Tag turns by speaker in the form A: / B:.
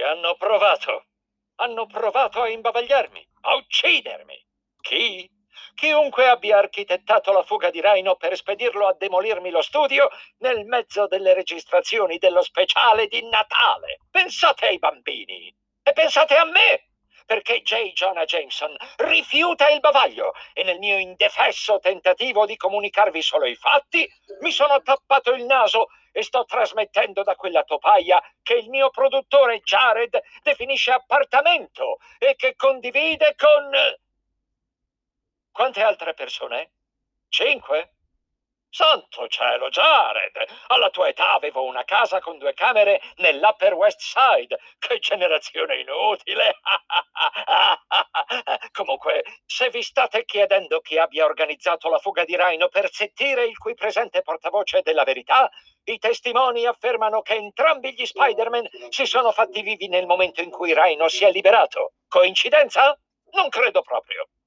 A: hanno provato. Hanno provato a imbavagliarmi, a uccidermi. Chi? Chiunque abbia architettato la fuga di Rhino per spedirlo a demolirmi lo studio nel mezzo delle registrazioni dello speciale di Natale. Pensate ai bambini e pensate a me, perché J. Jonah Jameson rifiuta il bavaglio e nel mio indefesso tentativo di comunicarvi solo i fatti mi sono tappato il naso e sto trasmettendo da quella topaia che il mio produttore Jared definisce appartamento e che condivide con... Quante altre persone? 5? Santo cielo, Jared! Alla tua età avevo una casa con 2 camere nell'Upper West Side. Che generazione inutile! Comunque, se vi state chiedendo chi abbia organizzato la fuga di Rhino per zittire il qui presente portavoce della verità, i testimoni affermano che entrambi gli Spider-Man si sono fatti vivi nel momento in cui Rhino si è liberato. Coincidenza? Non credo proprio.